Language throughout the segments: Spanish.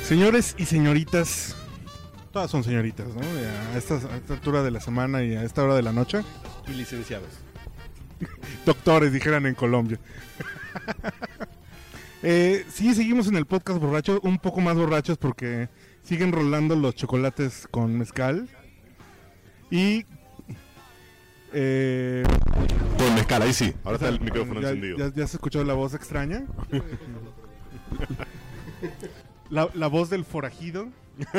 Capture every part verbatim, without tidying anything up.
Señores y señoritas, todas son señoritas, ¿no? A esta, a esta altura de la semana y a esta hora de la noche. Y licenciados. Doctores, dijeran en Colombia. eh, sí, seguimos en el podcast borracho, un poco más borrachos porque siguen rolando los chocolates con mezcal. Y... Eh, con mezcal, ahí sí. Ahora está el micrófono ya, encendido. Ya, ya se escuchó la voz extraña. La, la voz del forajido.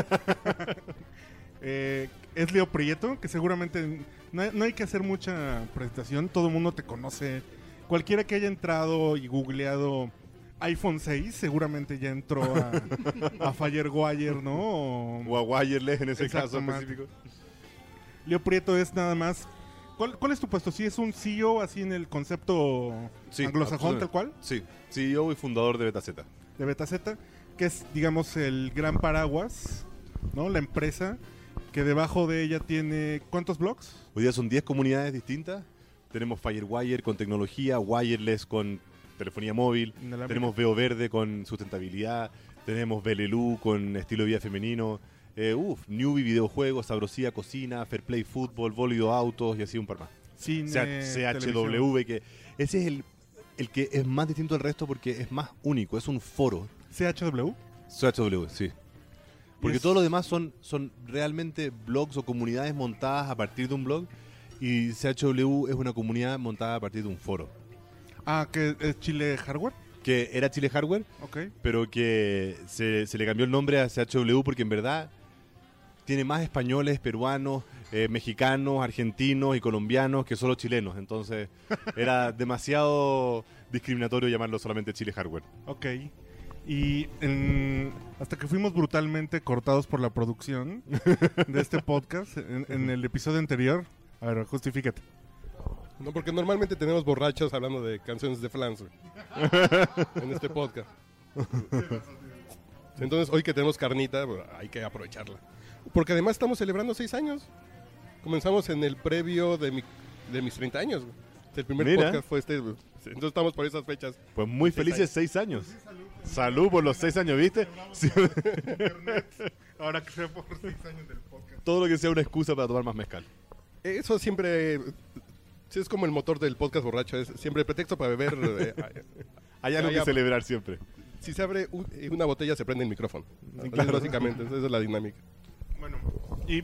eh, es Leo Prieto, que seguramente no hay, no hay que hacer mucha presentación. Todo el mundo te conoce. Cualquiera que haya entrado y googleado iPhone seis, seguramente ya entró a, a Firewire, ¿no? O, o a Wireless en ese caso Exacto, específico. Leo Prieto es nada más... ¿Cuál, ¿Cuál es tu puesto? ¿Sí es un C E O así en el concepto Sí, anglosajón tal cual? Sí, C E O y fundador de Betaceta. De Betaceta, que es, digamos, el gran paraguas, ¿no? La empresa que debajo de ella tiene... ¿Cuántos blogs? Hoy día son diez comunidades distintas. Tenemos Firewire con tecnología, Wireless con telefonía móvil, Inalámbrica. tenemos Veo Verde con sustentabilidad, tenemos Belelú con estilo de vida femenino, eh, uf, Newbie videojuegos, Sabrosía cocina, Fair Play fútbol, Vólido autos y así un par más. Cine, C H W, televisión. que ese es el, el que es más distinto al resto porque es más único, es un foro. C H W. C H W, sí. Porque Es- todo lo demás son, son realmente blogs o comunidades montadas a partir de un blog y C H W es una comunidad montada a partir de un foro. Ah, que es Chile Hardware. Que era Chile Hardware, Ok. pero que se, se le cambió el nombre a C H W porque en verdad tiene más españoles, peruanos, eh, mexicanos, argentinos y colombianos que solo chilenos. Entonces era demasiado discriminatorio llamarlo solamente Chile Hardware. Ok. Y en- hasta que fuimos brutalmente cortados por la producción de este podcast en, en el episodio anterior. A ver, justifícate. No, porque normalmente tenemos borrachos hablando de canciones de Flans güey, en este podcast. Entonces, hoy que tenemos carnita, pues, hay que aprovecharla. Porque además estamos celebrando seis años. Comenzamos en el previo de, mi, de mis treinta años. güey. El primer Mira. podcast fue este. güey. Entonces estamos por esas fechas. Pues muy Seis felices seis años. Salud por los seis años, ¿viste? Sí. Ahora que sea por seis años del podcast. Todo lo que sea una excusa para tomar más mezcal. Eso siempre... sí, es como el motor del podcast borracho. Es siempre pretexto para beber. eh, Hay algo Ya, que ya. celebrar siempre. si se abre un- una botella, se prende el micrófono. Entonces, Claro. básicamente, esa es la dinámica. Bueno, y,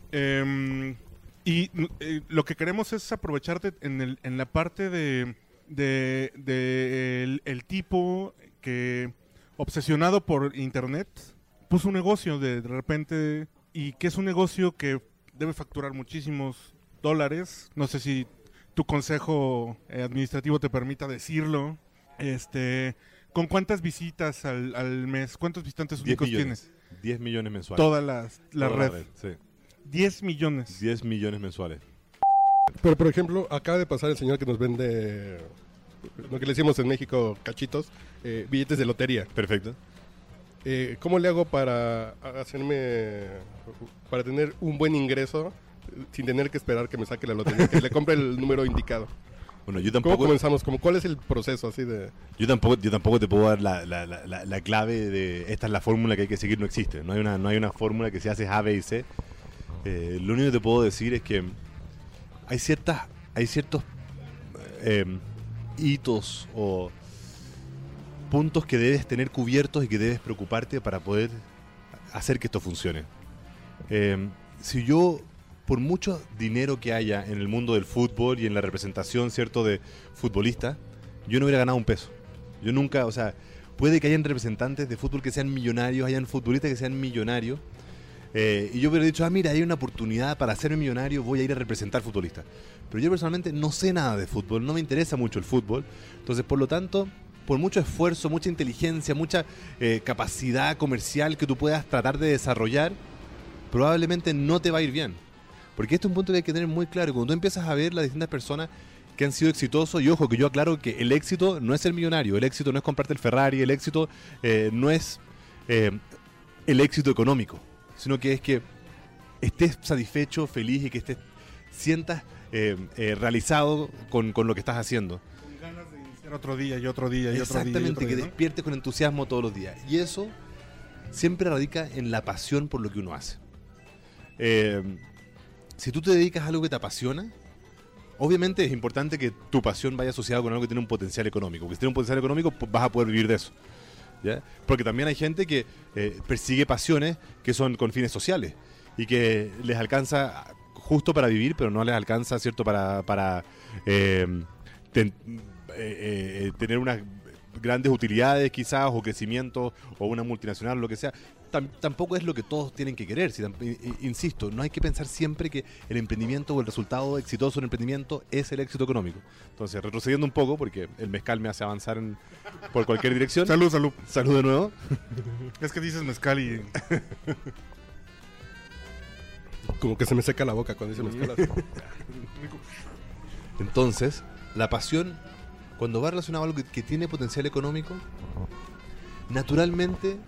em, y eh, lo que queremos es aprovecharte en, el, en la parte de, de, de el, el tipo que, obsesionado por internet, puso un negocio de, de repente, y que es un negocio que debe facturar muchísimos dólares. No sé si tu consejo eh, administrativo te permita decirlo. Este, ¿con cuántas visitas al, al mes? ¿Cuántos visitantes diez únicos millones. tienes? diez millones mensuales. Toda la, la Toda red. Sí. diez millones. diez millones mensuales. Pero, por ejemplo, acaba de pasar el señor que nos vende lo que le decimos en México, cachitos, eh, billetes de lotería. Perfecto. Eh, ¿Cómo le hago para hacerme, para tener un buen ingreso eh, sin tener que esperar que me saque la lotería, que le compre el número indicado? Bueno, yo ¿Cómo tampoco, comenzamos? ¿Cómo, ¿Cuál es el proceso así de...? yo tampoco, yo tampoco te puedo dar la, la, la, la- la clave de esta es la fórmula que hay que seguir, no existe. No hay una, no hay una fórmula que se hace A, B y C. Eh, lo único que te puedo decir es que hay ciertas, hay ciertos eh, hitos o puntos que debes tener cubiertos y que debes preocuparte para poder hacer que esto funcione. Eh, si yo, por mucho dinero que haya en el mundo del fútbol y en la representación, ¿cierto?, de futbolistas, yo no hubiera ganado un peso. Yo nunca, o sea, puede que hayan representantes de fútbol que sean millonarios, hayan futbolistas que sean millonarios, eh, y yo hubiera dicho, ah, mira, hay una oportunidad para hacerme millonario, voy a ir a representar futbolistas. Pero yo personalmente no sé nada de fútbol, no me interesa mucho el fútbol, entonces por lo tanto, por mucho esfuerzo, mucha inteligencia, mucha eh, capacidad comercial que tú puedas tratar de desarrollar, probablemente no te va a ir bien. Porque este es un punto que hay que tener muy claro. Cuando tú empiezas a ver las distintas personas que han sido exitosos, y ojo, que yo aclaro que el éxito no es ser millonario, el éxito no es comprarte el Ferrari, el éxito eh, no es eh, el éxito económico, sino que es que estés satisfecho, feliz y que estés sientas eh, eh, realizado con, con lo que estás haciendo. Con ganas de iniciar otro día y otro día y otro día. y Exactamente, otro día, que ¿no? despiertes con entusiasmo todos los días. Y eso siempre radica en la pasión por lo que uno hace. Eh, si tú te dedicas a algo que te apasiona, obviamente es importante que tu pasión vaya asociada con algo que tiene un potencial económico. Porque si tiene un potencial económico, pues vas a poder vivir de eso, ¿ya? Porque también hay gente que eh, persigue pasiones que son con fines sociales y que les alcanza justo para vivir, pero no les alcanza, ¿cierto?, para, para eh, ten, eh, eh, tener unas grandes utilidades quizás, o crecimiento, o una multinacional, lo que sea. Tam, tampoco es lo que todos tienen que querer. Si, insisto, no hay que pensar siempre que el emprendimiento o el resultado exitoso del emprendimiento es el éxito económico. Entonces, retrocediendo un poco, porque el mezcal me hace avanzar en, por cualquier dirección. Salud, salud. Salud de nuevo. Es que dices mezcal y... Como que se me seca la boca cuando dice mezcal. Entonces, la pasión, cuando va relacionado a algo que, que tiene potencial económico, naturalmente,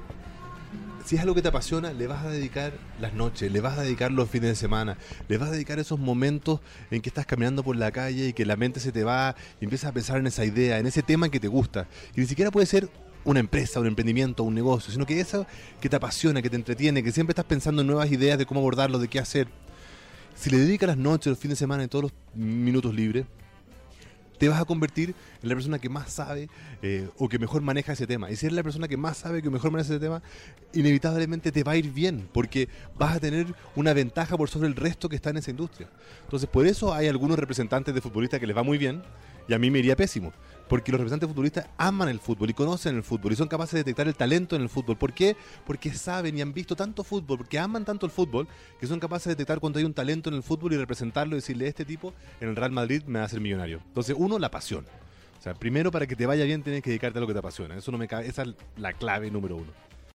si es algo que te apasiona, le vas a dedicar las noches, le vas a dedicar los fines de semana, le vas a dedicar esos momentos en que estás caminando por la calle y que la mente se te va y empiezas a pensar en esa idea, en ese tema que te gusta. Y ni siquiera puede ser una empresa, un emprendimiento, un negocio, sino que eso que te apasiona, que te entretiene, que siempre estás pensando en nuevas ideas de cómo abordarlo, de qué hacer. Si le dedicas las noches, los fines de semana y todos los minutos libres, te vas a convertir en la persona que más sabe eh, o que mejor maneja ese tema. Y si eres la persona que más sabe, que mejor maneja ese tema, inevitablemente te va a ir bien, porque vas a tener una ventaja por sobre el resto que está en esa industria. Entonces, por eso hay algunos representantes de futbolistas que les va muy bien, y a mí me iría pésimo, porque los representantes de futbolistas aman el fútbol y conocen el fútbol y son capaces de detectar el talento en el fútbol. ¿Por qué? Porque saben y han visto tanto fútbol, porque aman tanto el fútbol, que son capaces de detectar cuando hay un talento en el fútbol y representarlo y decirle, este tipo en el Real Madrid me va a hacer millonario. Entonces, uno, la pasión. O sea, primero, para que te vaya bien tienes que dedicarte a lo que te apasiona. Eso no me cabe, esa es la clave número uno.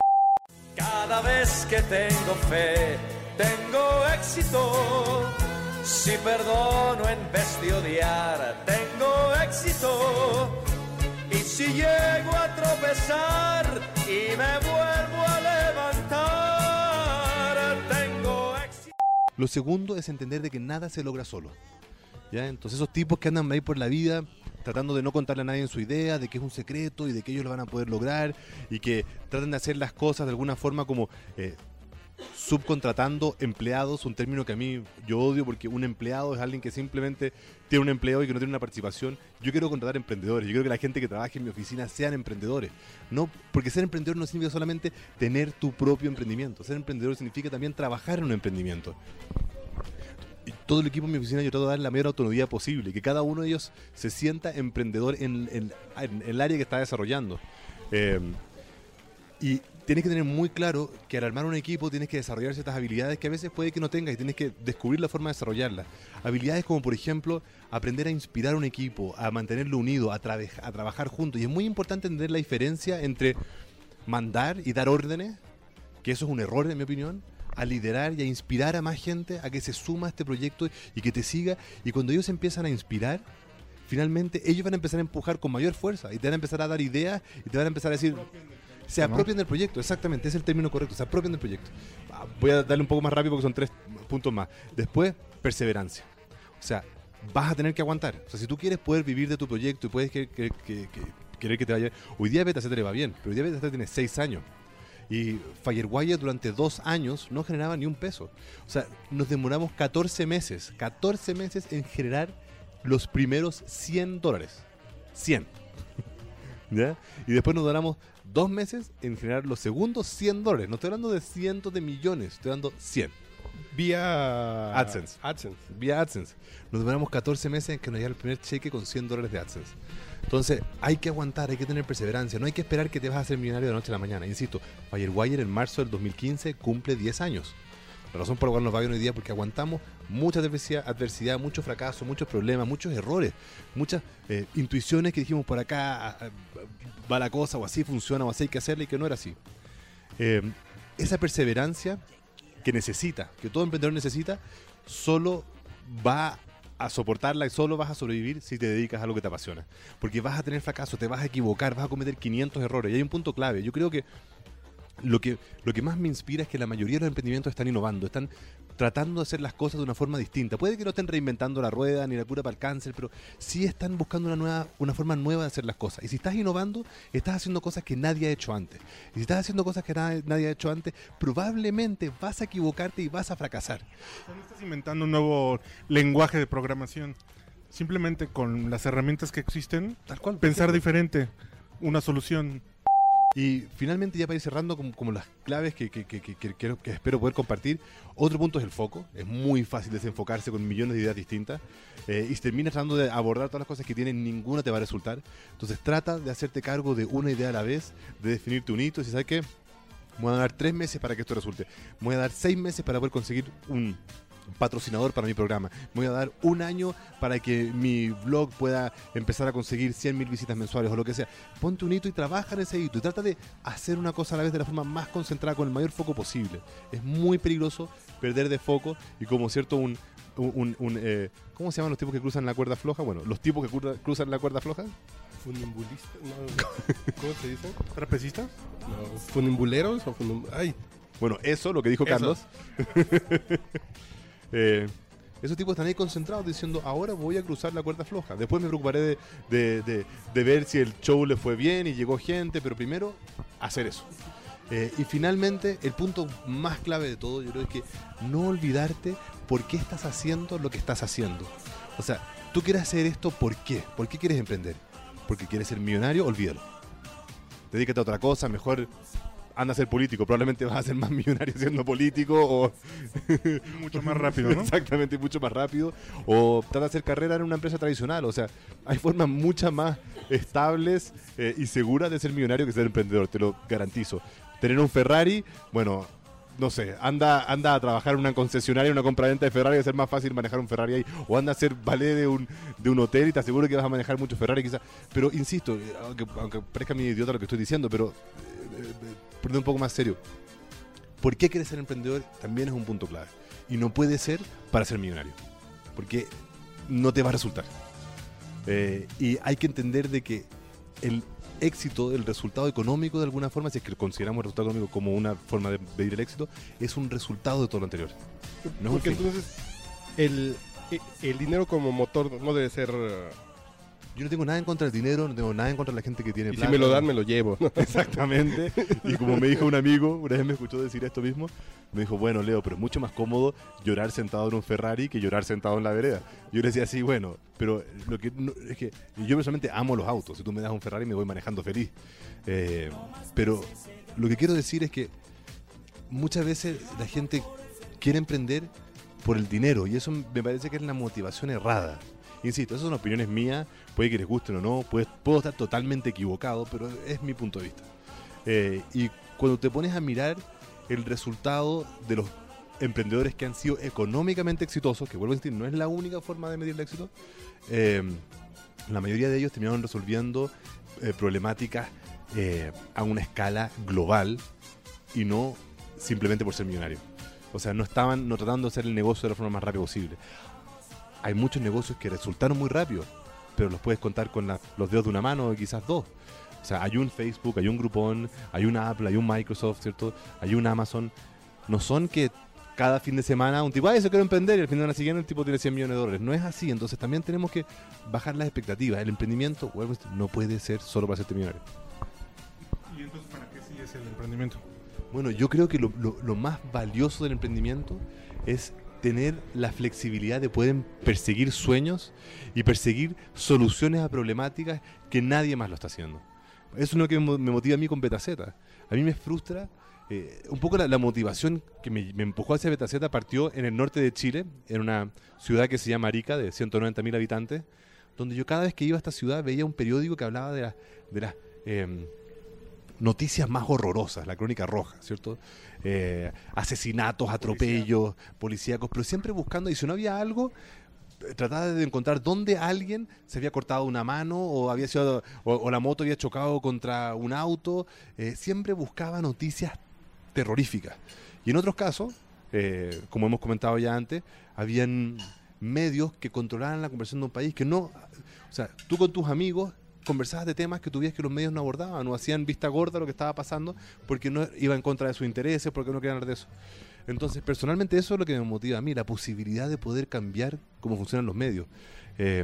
Cada vez que tengo fe, tengo éxito. Si perdono en vez de odiar, tengo éxito. Y si llego a tropezar y me vuelvo a levantar, tengo éxito. Lo segundo es entender de que nada se logra solo, ¿ya? Entonces esos tipos que andan ahí por la vida tratando de no contarle a nadie en su idea, de que es un secreto y de que ellos lo van a poder lograr y que tratan de hacer las cosas de alguna forma como... Eh, subcontratando empleados, un término que a mí yo odio, porque un empleado es alguien que simplemente tiene un empleo y que no tiene una participación. Yo quiero contratar emprendedores, yo quiero que la gente que trabaje en mi oficina sean emprendedores, no, porque ser emprendedor no significa solamente tener tu propio emprendimiento. Ser emprendedor significa también trabajar en un emprendimiento. Y todo el equipo en mi oficina yo trato de dar la mayor autonomía posible, que cada uno de ellos se sienta emprendedor en, en, en el área que está desarrollando. Eh, y tienes que tener muy claro que al armar un equipo tienes que desarrollar ciertas habilidades que a veces puede que no tengas y tienes que descubrir la forma de desarrollarlas. Habilidades como, por ejemplo, aprender a inspirar a un equipo, a mantenerlo unido, a, tra- a trabajar juntos. Y es muy importante entender la diferencia entre mandar y dar órdenes, que eso es un error en mi opinión, a liderar y a inspirar a más gente a que se suma a este proyecto y que te siga. Y cuando ellos empiezan a inspirar, finalmente ellos van a empezar a empujar con mayor fuerza y te van a empezar a dar ideas y te van a empezar a decir... Se apropian del proyecto, exactamente, es el término correcto, se apropian del proyecto. Voy a darle un poco más rápido porque son tres puntos más. Después, perseverancia. O sea, vas a tener que aguantar. O sea, si tú quieres poder vivir de tu proyecto y puedes que, que, que, que, querer que te vaya bien, hoy día Beta C te va bien, pero hoy día Beta C tiene seis años. Y Firewire durante dos años no generaba ni un peso. O sea, nos demoramos catorce meses, catorce meses en generar los primeros cien dólares. cien. ¿Ya? Y después nos demoramos dos meses en generar los segundos cien dólares. No estoy hablando de cientos de millones, estoy hablando cien. Vía AdSense. AdSense. Vía AdSense. Nos demoramos catorce meses en que nos llegara el primer cheque con cien dólares de AdSense. Entonces, hay que aguantar, hay que tener perseverancia. No hay que esperar que te vas a hacer millonario de la noche a la mañana. Insisto, Firewire en marzo del dos mil quince cumple diez años. La razón por la cual nos va bien hoy día es porque aguantamos mucha adversidad, adversidad mucho fracaso, muchos problemas, muchos errores, muchas eh, intuiciones que dijimos por acá, a, a, va la cosa, o así funciona, o así hay que hacerla, y que no era así. Eh, esa perseverancia que necesita, que todo emprendedor necesita, solo va a soportarla y solo vas a sobrevivir si te dedicas a algo que te apasiona. Porque vas a tener fracaso, te vas a equivocar, vas a cometer quinientos errores. Y hay un punto clave. Yo creo que Lo que, lo que más me inspira es que la mayoría de los emprendimientos están innovando, están tratando de hacer las cosas de una forma distinta. Puede que no estén reinventando la rueda ni la cura para el cáncer, pero sí están buscando una nueva, una forma nueva de hacer las cosas. Y si estás innovando, estás haciendo cosas que nadie ha hecho antes. Y si estás haciendo cosas que nadie, nadie ha hecho antes, probablemente vas a equivocarte y vas a fracasar. No estás inventando un nuevo lenguaje de programación. Simplemente con las herramientas que existen, Tal cual. pensar diferente, una solución. Y finalmente, ya para ir cerrando como, como las claves que, que, que, que, que, que- que espero poder compartir, otro punto es el foco. Es muy fácil desenfocarse con millones de ideas distintas eh, y si terminas tratando de abordar todas las cosas que tienen, ninguna te va a resultar. Entonces trata de hacerte cargo de una idea a la vez, de definirte un hito. Si sabes que me voy a dar tres meses para que esto resulte, me voy a dar seis meses para poder conseguir un patrocinador para mi programa, me voy a dar un año para que mi blog pueda empezar a conseguir cien mil visitas mensuales o lo que sea. Ponte un hito y trabaja en ese hito y trata de hacer una cosa a la vez de la forma más concentrada, con el mayor foco posible. Es muy peligroso perder de foco y como cierto un, un, un, un, eh, ¿cómo se llaman los tipos que cruzan la cuerda floja? Bueno, los tipos que cruza- cruzan la cuerda floja. Funimbulista, no, ¿cómo se dice? ¿Trapecistas? No, funimbuleros o funum... Ay, Bueno, eso, lo que dijo Eso. Carlos. eh, esos tipos están ahí concentrados diciendo, ahora voy a cruzar la cuerda floja. Después me preocuparé de, de- de- de ver si el show le fue bien y llegó gente, pero primero hacer eso. Eh, y finalmente, el punto más clave de todo, yo creo, es que no olvidarte por qué estás haciendo lo que estás haciendo. O sea, tú quieres hacer esto, ¿por qué? ¿Por qué quieres emprender? ¿Porque quieres ser millonario? Olvídalo. Dedícate a otra cosa, mejor anda a ser político. Probablemente vas a ser más millonario siendo político o... Mucho más rápido, ¿no? Exactamente, mucho más rápido. O trata de hacer carrera en una empresa tradicional. O sea, hay formas muchas más estables eh, y seguras de ser millonario que ser emprendedor, te lo garantizo. Tener un Ferrari, bueno, no sé, anda, anda a trabajar en una concesionaria, una compraventa de Ferrari, va a ser más fácil manejar un Ferrari ahí. O anda a ser valet de un, de un hotel y te aseguro que vas a manejar mucho Ferrari quizás. Pero insisto, eh, aunque, aunque parezca mi idiota lo que estoy diciendo, pero eh, eh, perdón, un poco más serio. ¿Por qué quieres ser emprendedor? También es un punto clave. Y no puede ser para ser millonario. Porque no te va a resultar. Eh, y hay que entender de que el éxito, el resultado económico de alguna forma, si es que consideramos el resultado económico como una forma de medir el éxito, es un resultado de todo lo anterior. No es un porque fin. entonces el, el dinero como motor no debe ser... uh, Yo no tengo nada en contra del dinero, no tengo nada en contra de la gente que tiene Y si plata. me lo dan, me lo llevo, ¿no? Exactamente. Y como me dijo un amigo, una vez me escuchó decir esto mismo, me dijo, bueno, Leo, pero es mucho más cómodo llorar sentado en un Ferrari que llorar sentado en la vereda. Yo le decía, sí, bueno, pero lo que no- es que yo personalmente amo los autos. Si tú me das un Ferrari me voy manejando feliz. Eh, pero lo que quiero decir es que muchas veces la gente quiere emprender por el dinero y eso me parece que es la motivación errada. Insisto, esas son opiniones mías, puede que les gusten o no, puede- puedo estar totalmente equivocado, pero es mi punto de vista. Eh, y cuando te pones a mirar el resultado de los emprendedores que han sido económicamente exitosos, que vuelvo a insistir, no es la única forma de medir el éxito, eh, la mayoría de ellos terminaron resolviendo eh, problemáticas eh, a una escala global y no simplemente por ser millonario. O sea, no estaban no tratando de hacer el negocio de la forma más rápida posible. Hay muchos negocios que resultaron muy rápido, pero los puedes contar con la- los dedos de una mano, quizás dos. O sea, hay un Facebook, hay un Groupon, hay una Apple, hay un Microsoft, ¿cierto? Hay un Amazon. No son que cada fin de semana un tipo, ay, eso quiero emprender, y el fin de semana siguiente el tipo tiene cien millones de dólares. No es así, entonces también tenemos que bajar las expectativas. El emprendimiento, vuelvo a decir, no puede ser solo para hacerte millonario. ¿Y entonces para qué sí es el emprendimiento? Bueno, yo creo que lo, lo- lo más valioso del emprendimiento es tener la flexibilidad de poder perseguir sueños y perseguir soluciones a problemáticas que nadie más lo está haciendo. Eso es lo que me me motiva a mí con Betaceta. A mí me frustra eh, un poco la, la motivación que me, me empujó hacia Betaceta. Partió en el norte de Chile, en una ciudad que se llama Arica, de ciento noventa mil habitantes, donde yo cada vez que iba a esta ciudad veía un periódico que hablaba de, la- de las em, noticias más horrorosas, la crónica roja, ¿cierto? Eh, asesinatos, atropellos, policíacos, pero siempre buscando, y si no había algo, eh, trataba de encontrar dónde alguien se había cortado una mano o había sido o, o la moto había chocado contra un auto. Eh, siempre buscaba noticias terroríficas. Y en otros casos, eh, como hemos comentado ya antes, habían medios que controlaban la conversación de un país que no, o sea, tú con tus amigos conversabas de temas que tú veías que los medios no abordaban o hacían vista gorda a lo que estaba pasando porque no iba en contra de sus intereses, porque no querían hablar de eso. Entonces, personalmente eso es lo que me motiva a mí, la posibilidad de poder cambiar cómo funcionan los medios. Eh,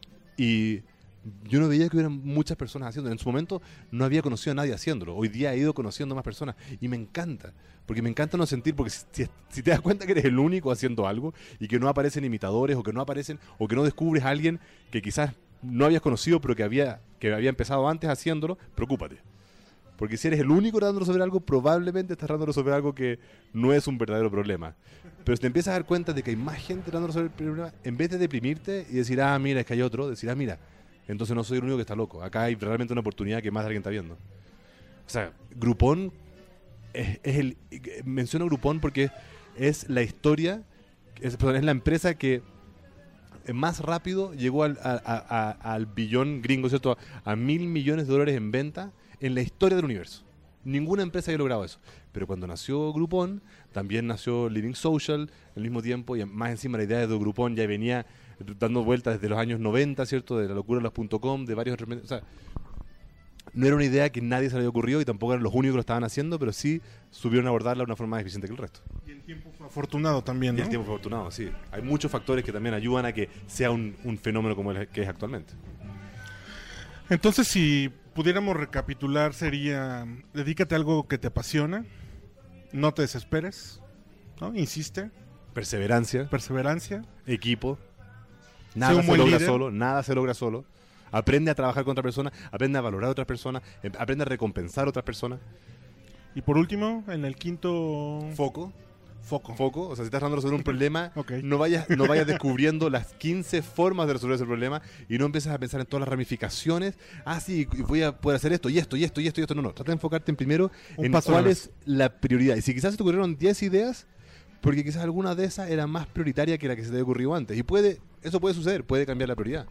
y yo no veía que hubiera muchas personas haciéndolo. En su momento no había conocido a nadie haciéndolo. Hoy día he ido conociendo más personas y me encanta. Porque me encanta no sentir, porque si, si te das cuenta que eres el único haciendo algo y que no aparecen imitadores o que no aparecen o que no descubres a alguien que quizás no habías conocido pero que había, que había empezado antes haciéndolo, preocúpate. Porque si eres el único tratando sobre algo, probablemente estás tratando sobre algo que no es un verdadero problema. Pero si te empiezas a dar cuenta de que hay más gente tratando sobre el problema, en vez de deprimirte y decir, ah, mira, es que hay otro, decir, ah, mira, entonces no soy el único que está loco. Acá hay realmente una oportunidad que más alguien está viendo. O sea, Groupon es, es el... Menciono Groupon porque es la historia, es, perdón, es la empresa que más rápido llegó al, a, a, a, al billón gringo, ¿cierto? A mil millones de dólares en venta en la historia del universo. Ninguna empresa había logrado eso. Pero cuando nació Groupon, también nació Living Social al mismo tiempo, y más encima la idea de Groupon ya venía dando vueltas desde los años noventa, ¿cierto? De la locura de los punto com, de varios... O sea, no era una idea que nadie se le había ocurrido y tampoco eran los únicos que lo estaban haciendo, pero sí supieron abordarla de una forma más eficiente que el resto. Y el tiempo fue afortunado también, ¿no? Y el tiempo fue afortunado, sí. Hay muchos factores que también ayudan a que sea un, un fenómeno como el que es actualmente. Entonces, si pudiéramos recapitular, sería: dedícate a algo que te apasiona, no te desesperes, ¿no? Insiste. Perseverancia. Perseverancia. Equipo. Nada se logra solo, nada se logra solo. Aprende a trabajar con otra persona, aprende a valorar a otras personas, aprende a recompensar a otras personas. Y por último, en el quinto... Foco. Foco. Foco. O sea, si estás tratando de resolver un problema, Okay. no vayas no vayas descubriendo las quince formas de resolver ese problema y no empieces a pensar en todas las ramificaciones. Ah, sí, voy a poder hacer esto, y esto, y esto, y esto, y esto. No, no. Trata de enfocarte en primero un en cuál es la prioridad. Y si quizás se te ocurrieron diez ideas, porque quizás alguna de esas era más prioritaria que la que se te había ocurrido antes. Y puede, eso puede suceder, puede cambiar la prioridad.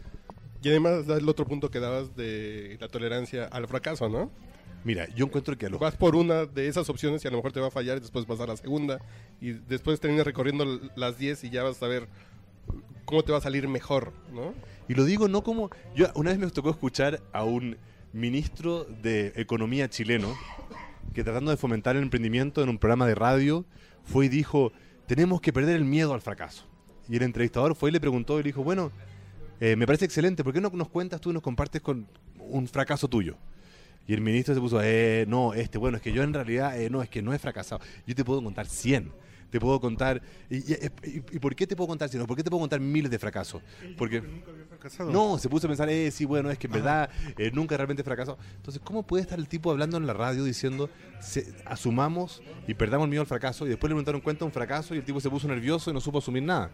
Y además da el otro punto que dabas de la tolerancia al fracaso, ¿no? Mira, yo encuentro que a los... Vas por una de esas opciones y a lo mejor te va a fallar y después vas a la segunda y después terminas recorriendo las diez y ya vas a ver cómo te va a salir mejor, ¿no? Y lo digo no como... Yo una vez me tocó escuchar a un ministro de Economía chileno que, tratando de fomentar el emprendimiento en un programa de radio, fue y dijo, tenemos que perder el miedo al fracaso. Y el entrevistador fue y le preguntó y le dijo, bueno, eh, me parece excelente, ¿por qué no nos cuentas tú y nos compartes con un fracaso tuyo? Y el ministro se puso, eh, no, este, bueno, es que yo en realidad, eh, no, es que no he fracasado. Yo te puedo contar cien. Te puedo contar... Y, y, y, ¿Y por qué te puedo contar cien? ¿Por qué te puedo contar miles de fracasos? Porque... nunca había fracasado. No, se puso a pensar, eh, sí, bueno, es que en verdad eh, nunca realmente he fracasado. Entonces, ¿cómo puede estar el tipo hablando en la radio diciendo, se, asumamos y perdamos el miedo al fracaso? Y después le preguntaron cuenta un fracaso y el tipo se puso nervioso y no supo asumir nada.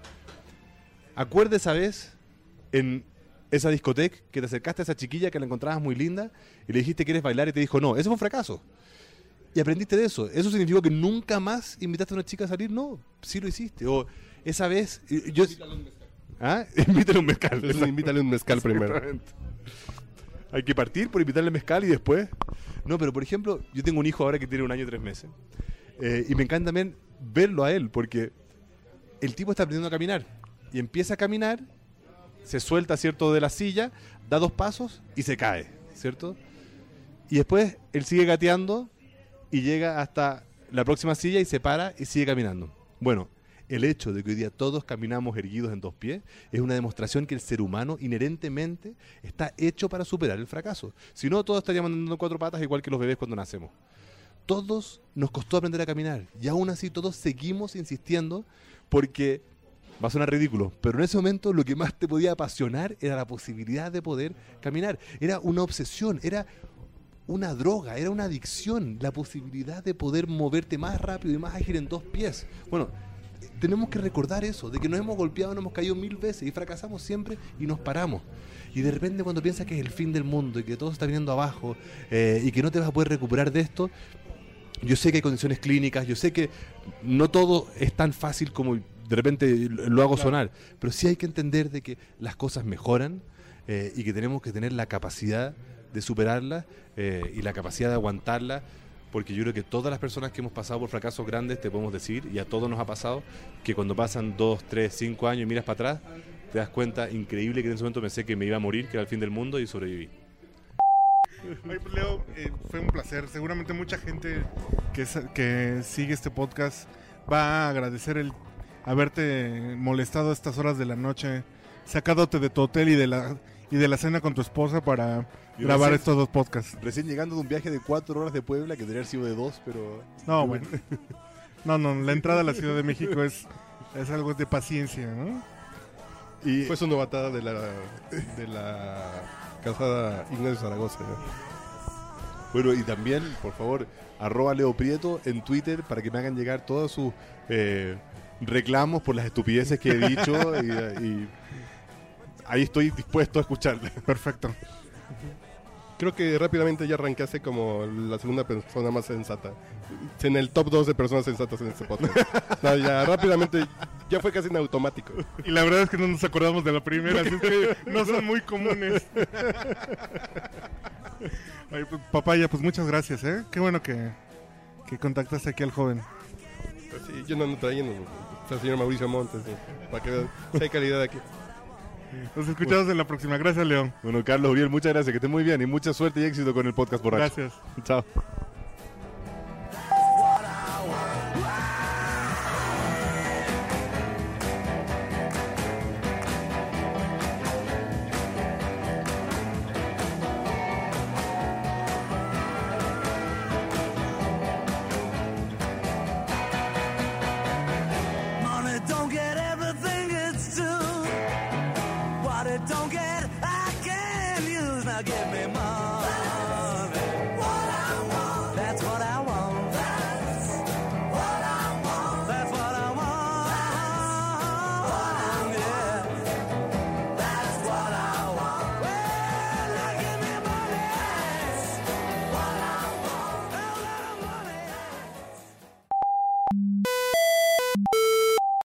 Acuerde esa vez en esa discoteca que te acercaste a esa chiquilla que la encontrabas muy linda y le dijiste quieres bailar y te dijo no, eso fue un fracaso. Y aprendiste de eso. ¿Eso significó que nunca más invitaste a una chica a salir? No, sí lo hiciste. O esa vez... Yo, invítale un mezcal. ¿Ah? Invítale un mezcal. Entonces, invítale un mezcal primero. Hay que partir por invitarle mezcal y después... No, pero por ejemplo, yo tengo un hijo ahora que tiene un año y tres meses. Eh, y me encanta también verlo a él, porque el tipo está aprendiendo a caminar. Y empieza a caminar, se suelta, ¿cierto?, de la silla, da dos pasos y se cae, ¿cierto? Y después él sigue gateando y llega hasta la próxima silla y se para y sigue caminando. Bueno, el hecho de que hoy día todos caminamos erguidos en dos pies es una demostración que el ser humano inherentemente está hecho para superar el fracaso. Si no, todos estaríamos andando en cuatro patas igual que los bebés cuando nacemos. Todos nos costó aprender a caminar y aún así todos seguimos insistiendo porque... Va a sonar ridículo, pero en ese momento lo que más te podía apasionar era la posibilidad de poder caminar. Era una obsesión, era una droga, era una adicción, la posibilidad de poder moverte más rápido y más ágil en dos pies. Bueno, tenemos que recordar eso, de que nos hemos golpeado, nos hemos caído mil veces y fracasamos siempre y nos paramos. Y de repente cuando piensas que es el fin del mundo y que todo está viniendo abajo eh, y que no te vas a poder recuperar de esto, yo sé que hay condiciones clínicas, yo sé que no todo es tan fácil como... de repente lo hago sonar, pero sí hay que entender de que las cosas mejoran eh, y que tenemos que tener la capacidad de superarlas eh, y la capacidad de aguantarlas, porque yo creo que todas las personas que hemos pasado por fracasos grandes te podemos decir, y a todos nos ha pasado, que cuando pasan dos, tres, cinco años y miras para atrás, te das cuenta, increíble, que en ese momento pensé que me iba a morir, que era el fin del mundo, y sobreviví. Oye, pues, Leo, eh, fue un placer. Seguramente mucha gente que, que sigue este podcast va a agradecer el haberte molestado a estas horas de la noche, sacándote de tu hotel y de la y de la cena con tu esposa para Y grabar recién- estos dos podcasts. Recién llegando de un viaje de cuatro horas de Puebla, que debería haber sido de dos, pero... No, bueno. No, no, la entrada a la Ciudad de México es, es algo de paciencia, ¿no? Y Fue su novatada de la, de la casada Ignacio Zaragoza. ¿no? bueno, y también, por favor, arroba Leo Prieto en Twitter para que me hagan llegar todos sus eh, reclamos por las estupideces que he dicho y, y ahí estoy dispuesto a escucharle. Perfecto. Creo que rápidamente ya arrancaste como la segunda persona más sensata. En el top dos de personas sensatas en este podcast. No, ya rápidamente, ya fue casi en automático. Y la verdad es que no nos acordamos de la primera, así es que no son muy comunes. Ay, pues, papaya, pues muchas gracias, ¿eh? Qué bueno que, que contactaste aquí al joven. Pues sí, yo no ando trayendo al señor Mauricio Montes, ¿no? Para que vean si hay calidad aquí. Nos escuchamos en la próxima. Gracias, León. Bueno, Carlos Uriel, muchas gracias, que estés muy bien y mucha suerte y éxito con el podcast borracho. Gracias. Chao. Money don't get everything it's due. What it don't get, I can use. Now give me money. What I want. That's what I want. That's what I want. That's what I want. Yeah. That's what I want. Well, now give me money. That's what I want. Well, now money.